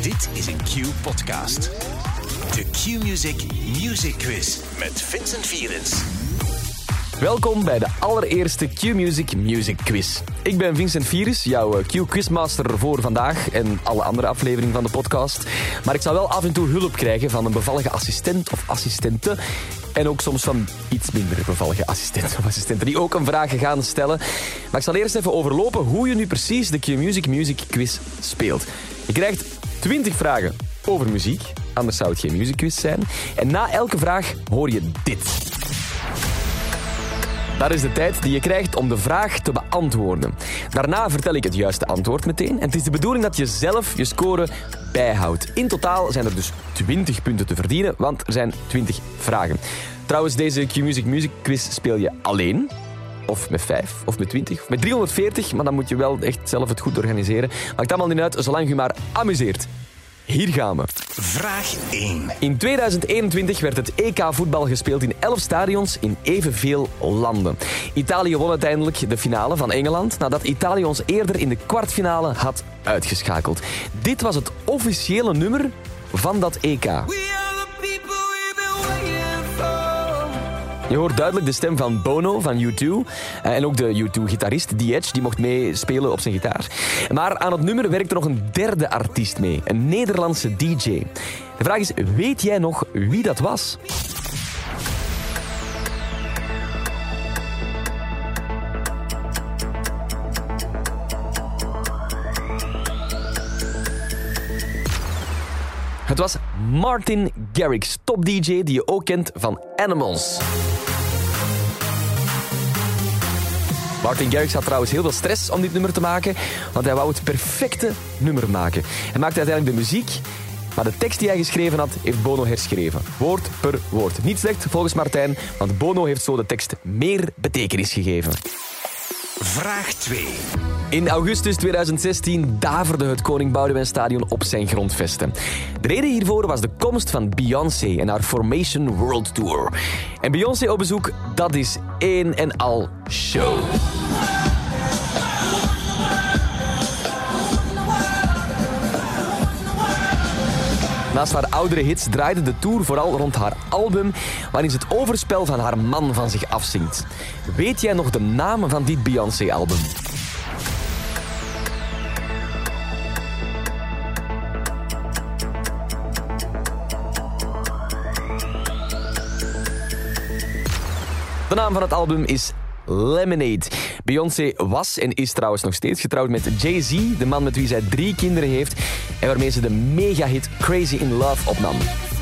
Dit is een Q-podcast. De Q-Music Music Quiz met Vincent Vierens. Welkom bij de allereerste Q-Music Music Quiz. Ik ben Vincent Vierens, jouw Q-quizmaster voor vandaag en alle andere afleveringen van de podcast. Maar ik zal wel af en toe hulp krijgen van een bevallige assistent of assistente. En ook soms van iets minder bevallige assistenten of assistenten die ook een vraag gaan stellen. Maar ik zal eerst even overlopen hoe je nu precies de Q-Music Music Quiz speelt. Je krijgt 20 vragen over muziek, anders zou het geen music quiz zijn. En na elke vraag hoor je dit. Dat is de tijd die je krijgt om de vraag te beantwoorden. Daarna vertel ik het juiste antwoord meteen. En het is de bedoeling dat je zelf je score bijhoudt. In totaal zijn er dus 20 punten te verdienen, want er zijn 20 vragen. Trouwens, deze Q-Music Music Quiz speel je alleen. Of met 5, of met 20, of met 340. Maar dan moet je wel echt zelf het goed organiseren. Maakt allemaal niet uit, zolang je maar amuseert. Hier gaan we. Vraag 1. In 2021 werd het EK-voetbal gespeeld in 11 stadions in evenveel landen. Italië won uiteindelijk de finale van Engeland, nadat Italië ons eerder in de kwartfinale had uitgeschakeld. Dit was het officiële nummer van dat EK. Je hoort duidelijk de stem van Bono van U2 en ook de U2-gitarist The Edge, die mocht meespelen op zijn gitaar. Maar aan het nummer werkte nog een derde artiest mee, een Nederlandse DJ. De vraag is, weet jij nog wie dat was? Het was Martin Garrix, top-dj die je ook kent van Animals. Martin Garrix had trouwens heel veel stress om dit nummer te maken, want hij wou het perfecte nummer maken. Hij maakte uiteindelijk de muziek, maar de tekst die hij geschreven had, heeft Bono herschreven. Woord per woord. Niet slecht volgens Martijn, want Bono heeft zo de tekst meer betekenis gegeven. Vraag 2. In augustus 2016 daverde het Koning Boudewijnstadion op zijn grondvesten. De reden hiervoor was de komst van Beyoncé en haar Formation World Tour. En Beyoncé op bezoek, dat is één en al show. Naast haar oudere hits draaide de tour vooral rond haar album, waarin ze het overspel van haar man van zich afzingt. Weet jij nog de naam van dit Beyoncé-album? De naam van het album is Lemonade. Beyoncé was en is trouwens nog steeds getrouwd met Jay-Z, de man met wie zij 3 kinderen heeft en waarmee ze de megahit Crazy in Love opnam.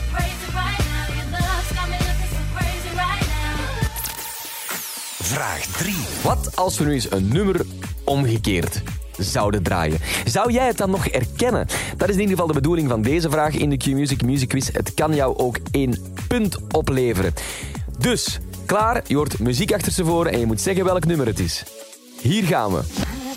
Vraag 3. Wat als we nu eens een nummer omgekeerd zouden draaien? Zou jij het dan nog herkennen? Dat is in ieder geval de bedoeling van deze vraag in de Q-Music Music Quiz. Het kan jou ook 1 punt opleveren. Dus, klaar, je hoort muziek achter ze voor en je moet zeggen welk nummer het is. Hier gaan we.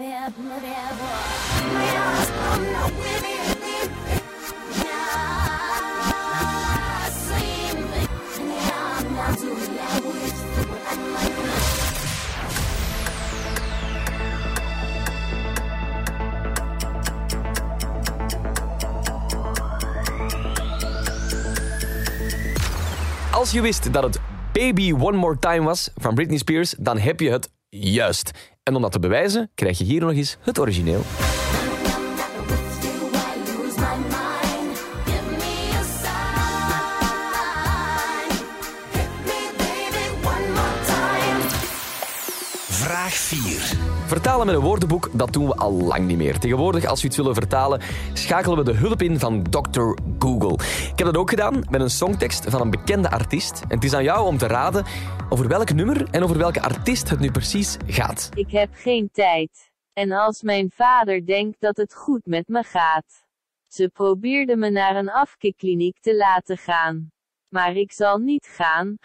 Als je wist dat het Baby One More Time was van Britney Spears, dan heb je het juist. En om dat te bewijzen, krijg je hier nog eens het origineel. Vraag 4. Vertalen met een woordenboek, dat doen we al lang niet meer. Tegenwoordig, als we iets willen vertalen, schakelen we de hulp in van Dr. Google. Ik heb dat ook gedaan met een songtekst van een bekende artiest. En het is aan jou om te raden over welk nummer en over welke artiest het nu precies gaat. Ik heb geen tijd. En als mijn vader denkt dat het goed met me gaat. Ze probeerde me naar een afkikkliniek te laten gaan. Maar ik zal niet gaan.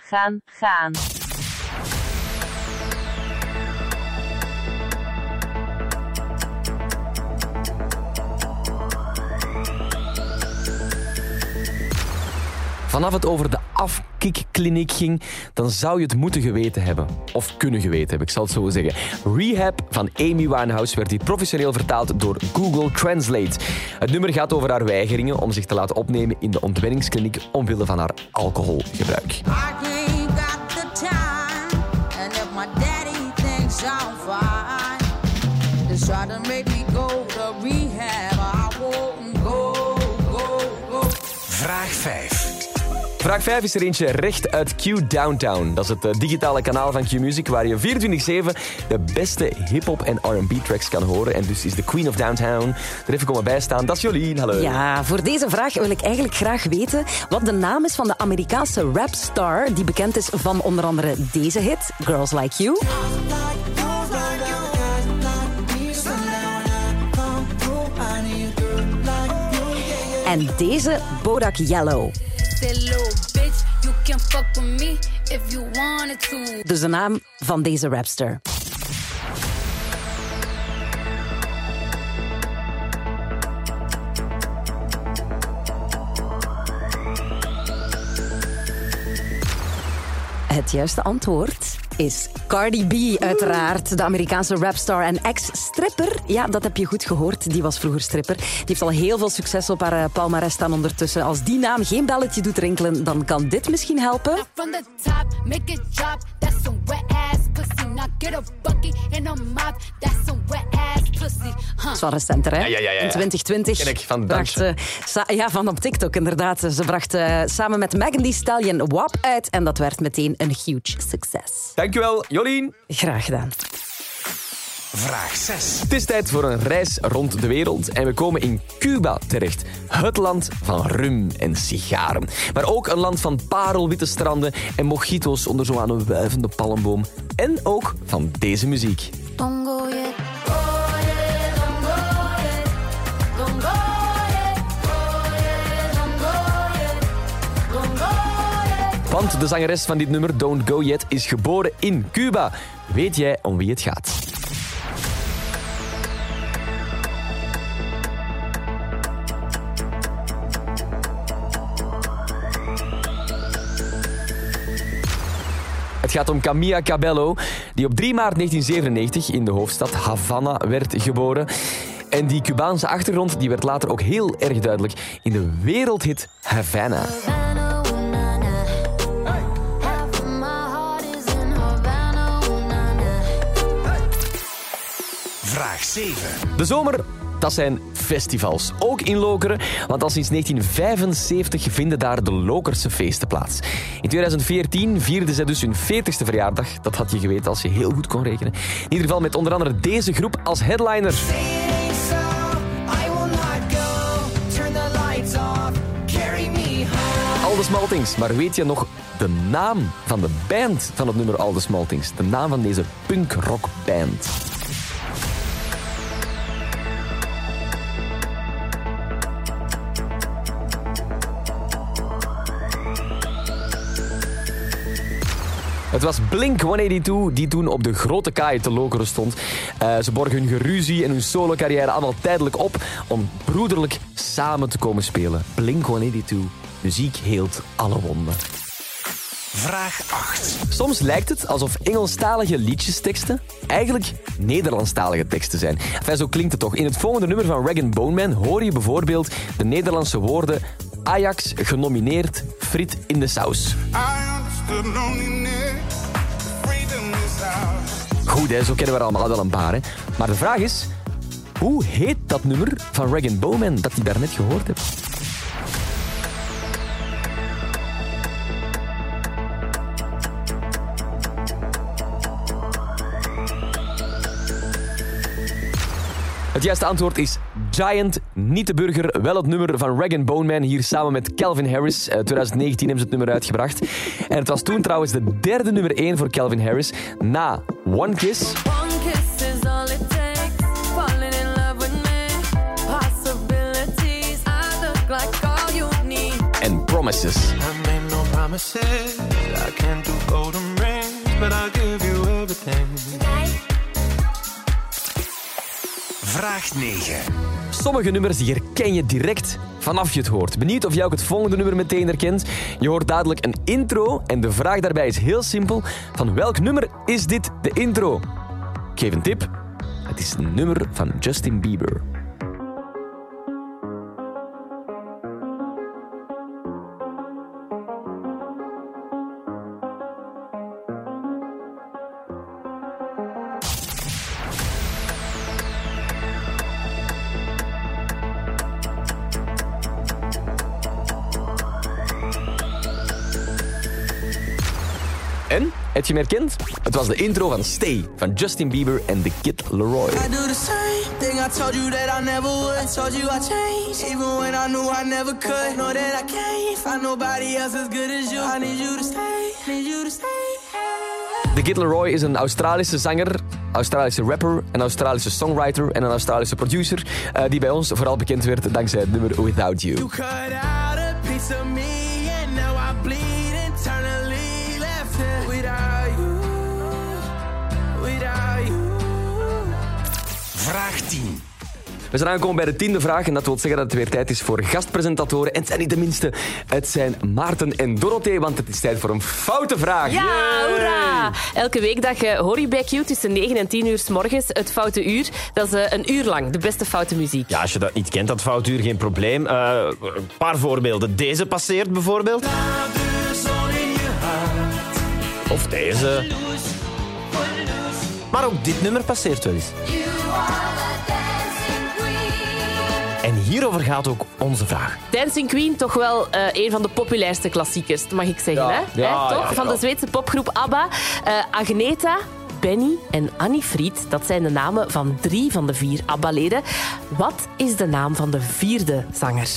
Van vanaf het over de afkikkliniek ging, dan zou je het moeten geweten hebben. Of kunnen geweten hebben, ik zal het zo zeggen. Rehab van Amy Winehouse werd hier professioneel vertaald door Google Translate. Het nummer gaat over haar weigeringen om zich te laten opnemen in de ontwenningskliniek omwille van haar alcoholgebruik. Vraag 5. Vraag 5 is er eentje recht uit Q Downtown. Dat is het digitale kanaal van Q-Music waar je 24/7 de beste hip-hop en R&B-tracks kan horen. En dus is de Queen of Downtown er even komen bijstaan. Dat is Jolien, hallo. Ja, voor deze vraag wil ik eigenlijk graag weten wat de naam is van de Amerikaanse rapstar die bekend is van onder andere deze hit, Girls Like You. En deze, Bodak Yellow. Dus de naam van deze rapster. Het juiste antwoord is Cardi B, uiteraard. De Amerikaanse rapstar en ex-stripper. Ja, dat heb je goed gehoord. Die was vroeger stripper. Die heeft al heel veel succes op haar palmares staan ondertussen. Als die naam geen belletje doet rinkelen, dan kan dit misschien helpen. Dat is wel recenter, hè? Ja. In 2020 ken ik van bracht ze... van op TikTok, inderdaad. Ze bracht samen met Megan Thee Stallion WAP uit en dat werd meteen een huge succes. Dankjewel, Jolien. Graag gedaan. Vraag 6. Het is tijd voor een reis rond de wereld en we komen in Cuba terecht. Het land van rum en sigaren. Maar ook een land van parelwitte stranden en mojito's onder zo aan een wuivende palmboom. En ook van deze muziek. Want de zangeres van dit nummer, Don't Go Yet, is geboren in Cuba. Weet jij om wie het gaat? Het gaat om Camila Cabello, die op 3 maart 1997 in de hoofdstad Havana werd geboren. En die Cubaanse achtergrond die werd later ook heel erg duidelijk in de wereldhit Havana. Vraag 7. De zomer, dat zijn festivals. Ook in Lokeren, want al sinds 1975 vinden daar de Lokerse feesten plaats. In 2014 vierden ze dus hun 40ste verjaardag. Dat had je geweten als je heel goed kon rekenen. In ieder geval met onder andere deze groep als headliner. All the Smaltings. Maar weet je nog de naam van de band van het nummer All the Smaltings? De naam van deze punkrockband. Het was Blink-182 die toen op de grote kaai te Lokeren stond. Ze borgen hun geruzie en hun solo-carrière allemaal tijdelijk op om broederlijk samen te komen spelen. Blink-182. Muziek heelt alle wonden. Vraag 8. Soms lijkt het alsof Engelstalige liedjesteksten eigenlijk Nederlandstalige teksten zijn. Enfin, zo klinkt het toch. In het volgende nummer van Rag & Bone Man hoor je bijvoorbeeld de Nederlandse woorden Ajax genomineerd, friet in de saus. Goed, hè, zo kennen we er allemaal wel een paar. Hè. Maar de vraag is, hoe heet dat nummer van Rag & Bone Man dat je daarnet gehoord hebt? Het juiste antwoord is Giant, niet de burger. Wel het nummer van Rag & Bone Man, hier samen met Calvin Harris. 2019 hebben ze het nummer uitgebracht. En het was toen trouwens de derde nummer 1 voor Calvin Harris. Na One Kiss. One kiss is all it takes. Falling in love with me. Possibilities. I look like all you need. En Promises. I made no promises. I can't do golden rings, but I'll give you everything. Vraag 9. Sommige nummers die herken je direct vanaf je het hoort. Benieuwd of jij ook het volgende nummer meteen herkent? Je hoort dadelijk een intro en de vraag daarbij is heel simpel. Van welk nummer is dit de intro? Ik geef een tip. Het is een nummer van Justin Bieber. En, heb je hem herkend? Het was de intro van Stay van Justin Bieber en The Kid Laroi. I do the same thing I told you that I never would. I told you I changed, even when I knew I never could. Know that I can't find nobody else as good as you. I need you to stay, need you to stay. The Kid Laroi is een Australische zanger, Australische rapper, een Australische songwriter en een Australische producer die bij ons vooral bekend werd dankzij het nummer Without You. You cut out a piece of me and now I bleed internally left here without you, without you. Vraag 10. We zijn aangekomen bij de 10e vraag en dat wil zeggen dat het weer tijd is voor gastpresentatoren. En het zijn niet de minste, het zijn Maarten en Dorothee, want het is tijd voor een foute vraag. Ja, Yay! hoera! Elke weekdag hoor je bij Q tussen 9 en 10 uur 's morgens het foute uur. Dat is een uur lang de beste foute muziek. Ja, als je dat niet kent, dat foutuur, geen probleem. Een paar voorbeelden. Deze passeert bijvoorbeeld. Of deze. Maar ook dit nummer passeert wel eens. En hierover gaat ook onze vraag. Dancing Queen, toch wel een van de populairste klassiekers, mag ik zeggen. Ja. Hè? Ja, Hè, toch? ja, Van de Zweedse popgroep ABBA. Agneta, Benny en Annie Fried, dat zijn de namen van 3 van de 4 ABBA-leden. Wat is de naam van de 4e zanger?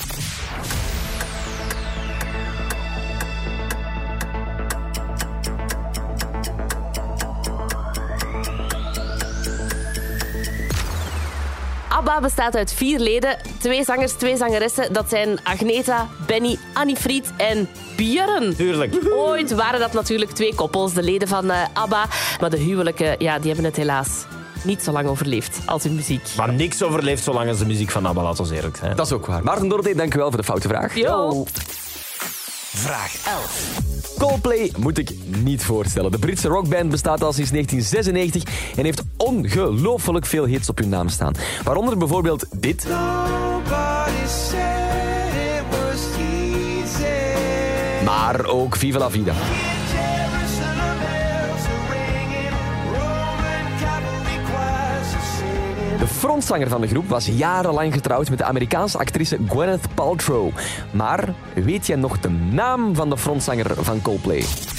ABBA bestaat uit 4 leden, 2 zangers, 2 zangeressen. Dat zijn Agneta, Benny, Annie Fried en Björn. Tuurlijk. Ooit waren dat natuurlijk 2 koppels, de leden van ABBA. Maar de huwelijken, ja, die hebben het helaas niet zo lang overleefd als hun muziek. Maar niks overleeft zolang als de muziek van ABBA, laten we eerlijk zijn. Dat is ook waar. Maarten, Dorothee, dank u wel voor de foute vraag. Yo. Vraag 11. Coldplay moet ik niet voorstellen. De Britse rockband bestaat al sinds 1996 en heeft ongelooflijk veel hits op hun naam staan. Waaronder bijvoorbeeld dit. Nobody said it was easy. Maar ook Viva la Vida. Jerusalem bells are ringing, Roman cavalry choirs are singing. De frontzanger van de groep was jarenlang getrouwd met de Amerikaanse actrice Gwyneth Paltrow. Maar weet jij nog de naam van de frontzanger van Coldplay?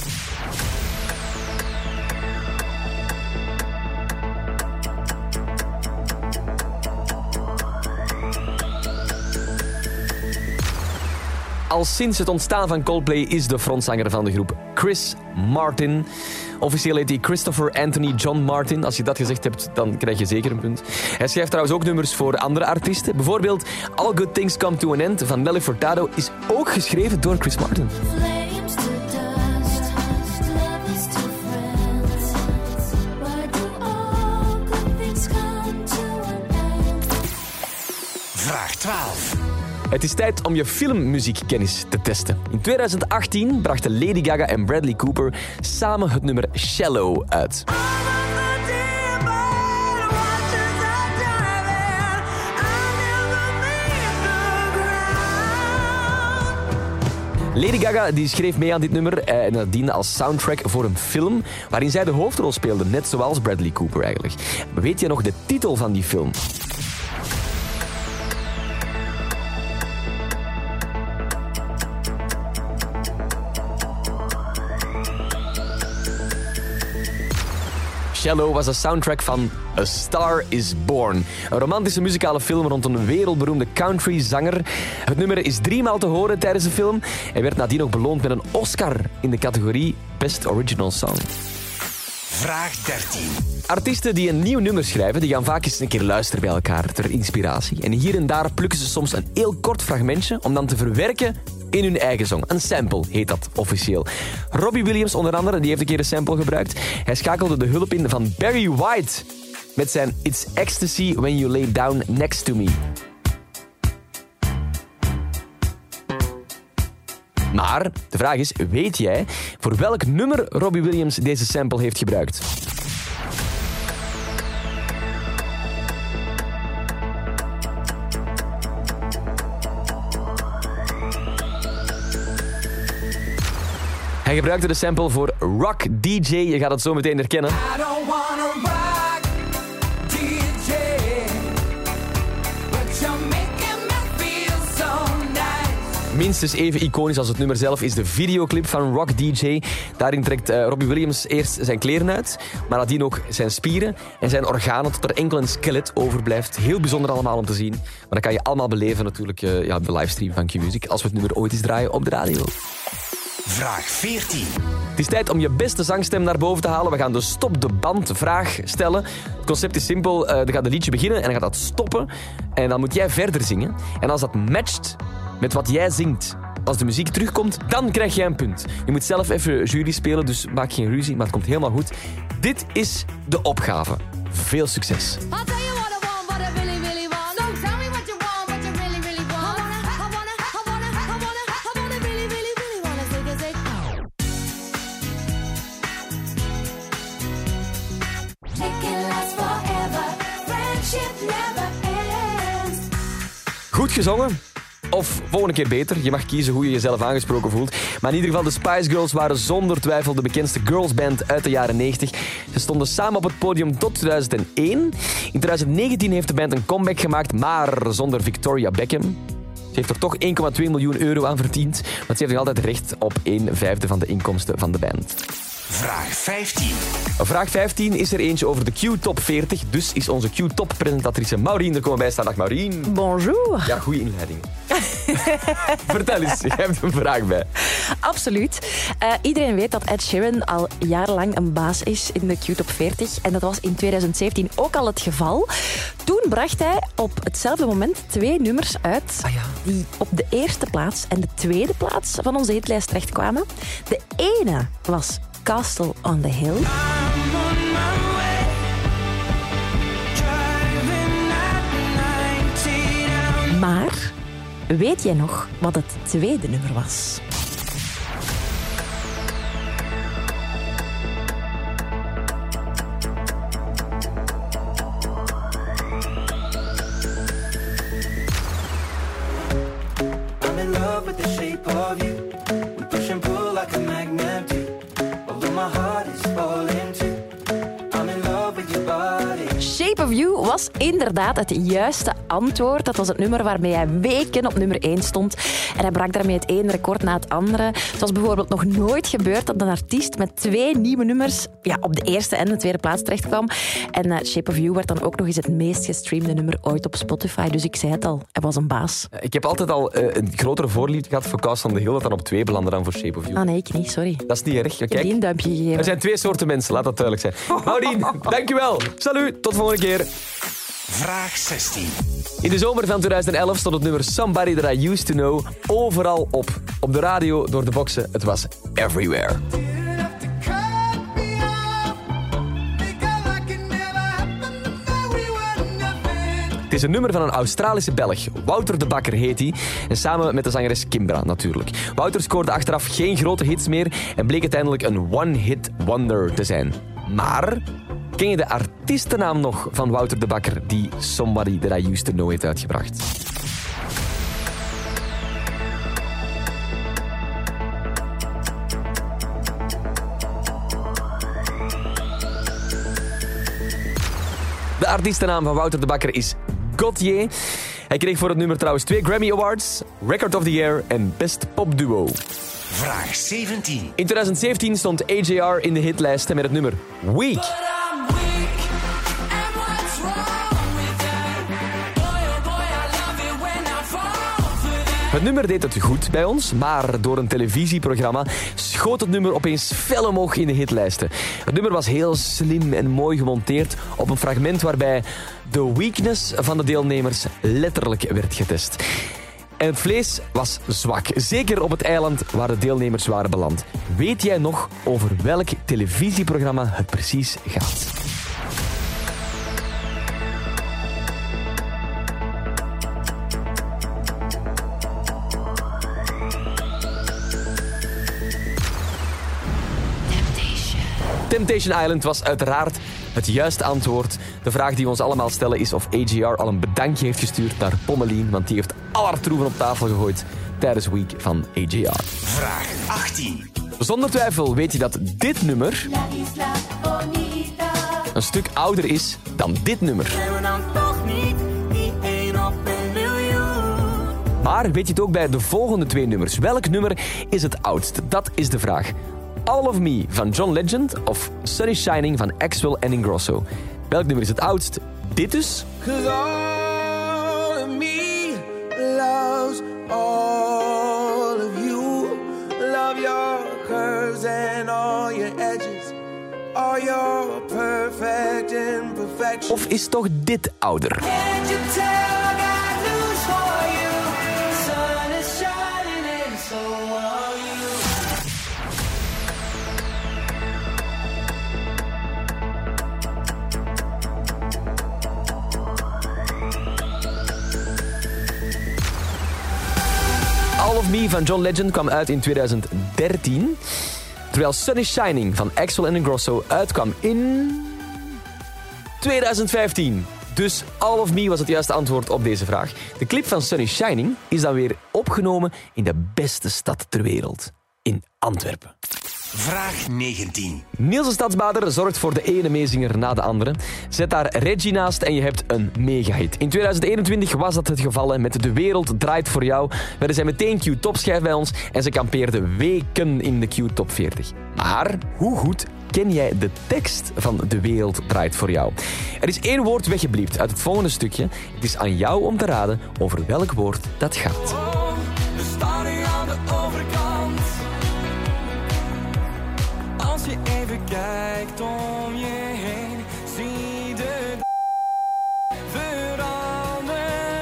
Al sinds het ontstaan van Coldplay is de frontzanger van de groep Chris Martin. Officieel heet hij Christopher Anthony John Martin. Als je dat gezegd hebt, dan krijg je zeker een punt. Hij schrijft trouwens ook nummers voor andere artiesten. Bijvoorbeeld All Good Things Come to an End van Nelly Furtado is ook geschreven door Chris Martin. Flames to dust, lovers to friends. Why do all good things come to an end? Vraag 12. Het is tijd om je filmmuziekkennis te testen. In 2018 brachten Lady Gaga en Bradley Cooper samen het nummer Shallow uit. Lady Gaga die schreef mee aan dit nummer en dat diende als soundtrack voor een film waarin zij de hoofdrol speelde, net zoals Bradley Cooper eigenlijk. Maar weet je nog de titel van die film? Shallow was de soundtrack van A Star is Born. Een romantische muzikale film rond een wereldberoemde country-zanger. Het nummer is 3 maal te horen tijdens de film en werd nadien ook beloond met een Oscar in de categorie Best Original Song. Vraag 13. Artiesten die een nieuw nummer schrijven, die gaan vaak eens een keer luisteren bij elkaar ter inspiratie. En hier en daar plukken ze soms een heel kort fragmentje om dan te verwerken in hun eigen song. Een sample heet dat officieel. Robbie Williams onder andere, die heeft een keer een sample gebruikt. Hij schakelde de hulp in van Barry White. met zijn It's Ecstasy When You Lay Down Next To Me. Maar de vraag is, weet jij voor welk nummer Robbie Williams deze sample heeft gebruikt? Hij gebruikte de sample voor Rock DJ. Je gaat het zo meteen herkennen. I don't wanna rock DJ, but you're making me feel so nice. Minstens even iconisch als het nummer zelf is de videoclip van Rock DJ. Daarin trekt Robbie Williams eerst zijn kleren uit, maar nadien ook zijn spieren en zijn organen tot er enkel een skelet overblijft. Heel bijzonder allemaal om te zien. Maar dat kan je allemaal beleven natuurlijk op de livestream van Q-Music als we het nummer ooit eens draaien op de radio. Vraag 14. Het is tijd om je beste zangstem naar boven te halen. We gaan de stop de band vraag stellen. Het concept is simpel. Er gaat een liedje beginnen en dan gaat dat stoppen. En dan moet jij verder zingen. En als dat matcht met wat jij zingt, als de muziek terugkomt, dan krijg jij een punt. Je moet zelf even jury spelen, dus maak geen ruzie, maar het komt helemaal goed. Dit is de opgave. Veel succes. I'll tell you what I want, what I really, really want. So tell me what you want, what you really, really want. I wanna, really, really, really wanna say. Make it last forever. Friendship never ends. Goed gezongen. Of volgende keer beter. Je mag kiezen hoe je jezelf aangesproken voelt. Maar in ieder geval, de Spice Girls waren zonder twijfel de bekendste girlsband uit de jaren 90. Ze stonden samen op het podium tot 2001. In 2019 heeft de band een comeback gemaakt, maar zonder Victoria Beckham. Ze heeft er toch 1,2 miljoen euro aan verdiend, want ze heeft nog altijd recht op 1/5 van de inkomsten van de band. Vraag 15. Vraag 15 is er eentje over de Q-top 40. Dus is onze Q-top-presentatrice Maureen er komen bij staan. Dag Maureen. Bonjour. Ja, goede inleiding. Vertel eens, je hebt een vraag bij. Absoluut. Iedereen weet dat Ed Sheeran al jarenlang een baas is in de Q-top 40. En dat was in 2017 ook al het geval. Toen bracht hij op hetzelfde moment 2 nummers uit die op de eerste plaats en de tweede plaats van onze hitlijst terechtkwamen. De ene was Castle on the Hill. I'm on my way, driving at 90 down. Maar weet jij nog wat het tweede nummer was? I'm in love with the shape of you. We push and pull like a magnet do. Although my heart is falling too. I'm in love with your body. Shape of You was inderdaad het juiste antwoord. Dat was het nummer waarmee hij weken op nummer 1 stond. En hij brak daarmee het ene record na het andere. Het was bijvoorbeeld nog nooit gebeurd dat een artiest met 2 nieuwe nummers op de eerste en de tweede plaats terecht kwam. En Shape of You werd dan ook nog eens het meest gestreamde nummer ooit op Spotify. Dus ik zei het al, hij was een baas. Ik heb altijd al een grotere voorliefde gehad voor Castle on the Hill, dat dan op 2 belandde dan voor Shape of You. Ah nee, ik niet, sorry. Dat is niet erg. Ik heb Kijk, die een duimpje gegeven. er zijn 2 soorten mensen, laat dat duidelijk zijn. Maureen, dankjewel. Salut, tot volgende keer. Vraag 16. In de zomer van 2011 stond het nummer Somebody That I Used To Know overal op. Op de radio, door de boxen, het was everywhere. Het is een nummer van een Australische Belg. Wouter de Bakker heet hij. En samen met de zangeres Kimbra natuurlijk. Wouter scoorde achteraf geen grote hits meer en bleek uiteindelijk een one-hit wonder te zijn. Maar ken je de artiestennaam nog van Wouter de Bakker die Somebody That I Used To Know heeft uitgebracht? De artiestennaam van Wouter de Bakker is Gautier. Hij kreeg voor het nummer trouwens 2 Grammy Awards, Record of the Year en Best Pop Duo. Vraag 17. In 2017 stond AJR in de hitlijsten met het nummer Weak. Het nummer deed het goed bij ons, maar door een televisieprogramma schoot het nummer opeens fel omhoog in de hitlijsten. Het nummer was heel slim en mooi gemonteerd op een fragment waarbij de weakness van de deelnemers letterlijk werd getest. En het vlees was zwak, zeker op het eiland waar de deelnemers waren beland. Weet jij nog over welk televisieprogramma het precies gaat? Temptation Island was uiteraard het juiste antwoord. De vraag die we ons allemaal stellen is of AJR al een bedankje heeft gestuurd naar Pommelien, want die heeft al haar troeven op tafel gegooid tijdens Week van AJR. Vraag 18. Zonder twijfel weet je dat dit nummer een stuk ouder is dan dit nummer. Maar weet je het ook bij de volgende 2 nummers? Welk nummer is het oudst? Dat is de vraag. All of Me van John Legend of Sun is Shining van Axwell and Ingrosso? Welk nummer is het oudst? Dit dus. 'Cause all of me loves all of you. Love your curves and all your edges. All your perfect imperfections. Of is toch dit ouder? Can't you tell I got news for you? Sun is shining and so are you. All of Me van John Legend kwam uit in 2013. Terwijl Sun is Shining van Axwell and Ingrosso uitkwam in 2015. Dus All of Me was het juiste antwoord op deze vraag. De clip van Sun is Shining is dan weer opgenomen in de beste stad ter wereld. In Antwerpen. Vraag 19. Niels de Stadsbader zorgt voor de ene meezinger na de andere. Zet daar Reggie naast en je hebt een megahit. In 2021 was dat het geval. Hè. Met De Wereld Draait Voor Jou werden zij meteen Q-topschijf bij ons en ze kampeerden weken in de Q-top 40. Maar hoe goed ken jij de tekst van De Wereld Draait Voor Jou? Er is 1 woord weggebliept uit het volgende stukje. Het is aan jou om te raden over welk woord dat gaat. We staan nu aan de overkant. Als je even kijkt om je heen, zie de veranderen.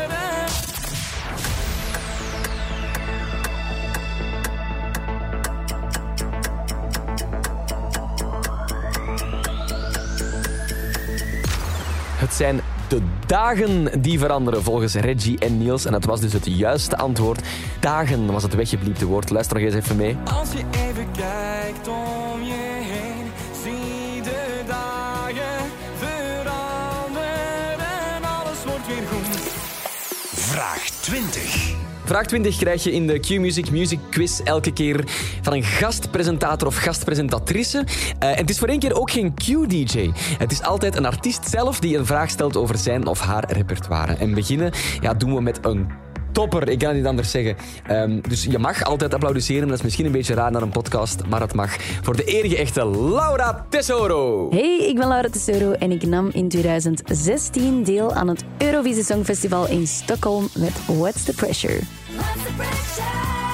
Het zijn de dagen die veranderen volgens Reggie en Niels. En dat was dus het juiste antwoord. Dagen was het weggebliepte woord. Luister nog eens even mee. Als je even kijkt om je heen, zie de dagen veranderen. Alles wordt weer goed. Vraag 20. Vraag 20 krijg je in de Q-Music Music Quiz elke keer van een gastpresentator of gastpresentatrice. En het is voor één keer ook geen Q-DJ. Het is altijd een artiest zelf die een vraag stelt over zijn of haar repertoire. En beginnen doen we met een topper, ik kan het niet anders zeggen. Dus je mag altijd applaudisseren, dat is misschien een beetje raar naar een podcast, maar dat mag. Voor de enige echte Laura Tesoro. Hey, ik ben Laura Tesoro en ik nam in 2016 deel aan het Eurovisie Songfestival in Stockholm met What's the Pressure. What's the pressure?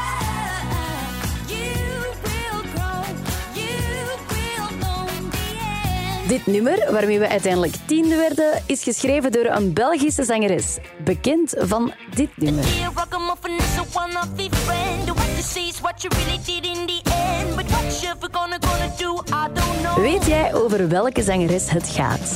You will grow. You will know in the end. Dit nummer, waarmee we uiteindelijk 10e werden, is geschreven door een Belgische zangeres. Bekend van dit nummer. Dear ragamuffin is a one-off friend. What you see is what you really did in the end. But what you ever gonna do, I don't know. Weet jij over welke zangeres het gaat?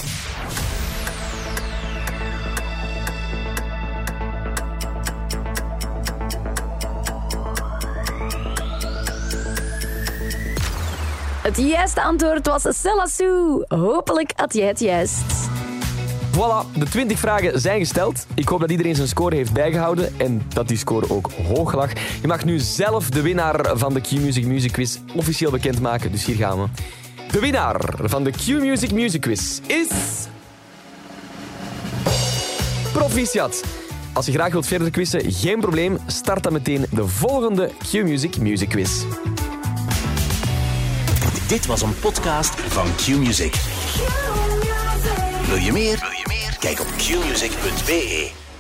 Het juiste antwoord was Stella Sue. Hopelijk had jij het juist. Voilà, de 20 vragen zijn gesteld. Ik hoop dat iedereen zijn score heeft bijgehouden en dat die score ook hoog lag. Je mag nu zelf de winnaar van de Q-Music Music Quiz officieel bekendmaken, dus hier gaan we. De winnaar van de Q-Music Music Quiz is... Proficiat. Als je graag wilt verder quizzen, geen probleem. Start dan meteen de volgende Q-Music Music Quiz. Dit was een podcast van Q-Music. Wil je meer? Kijk op qmusic.be.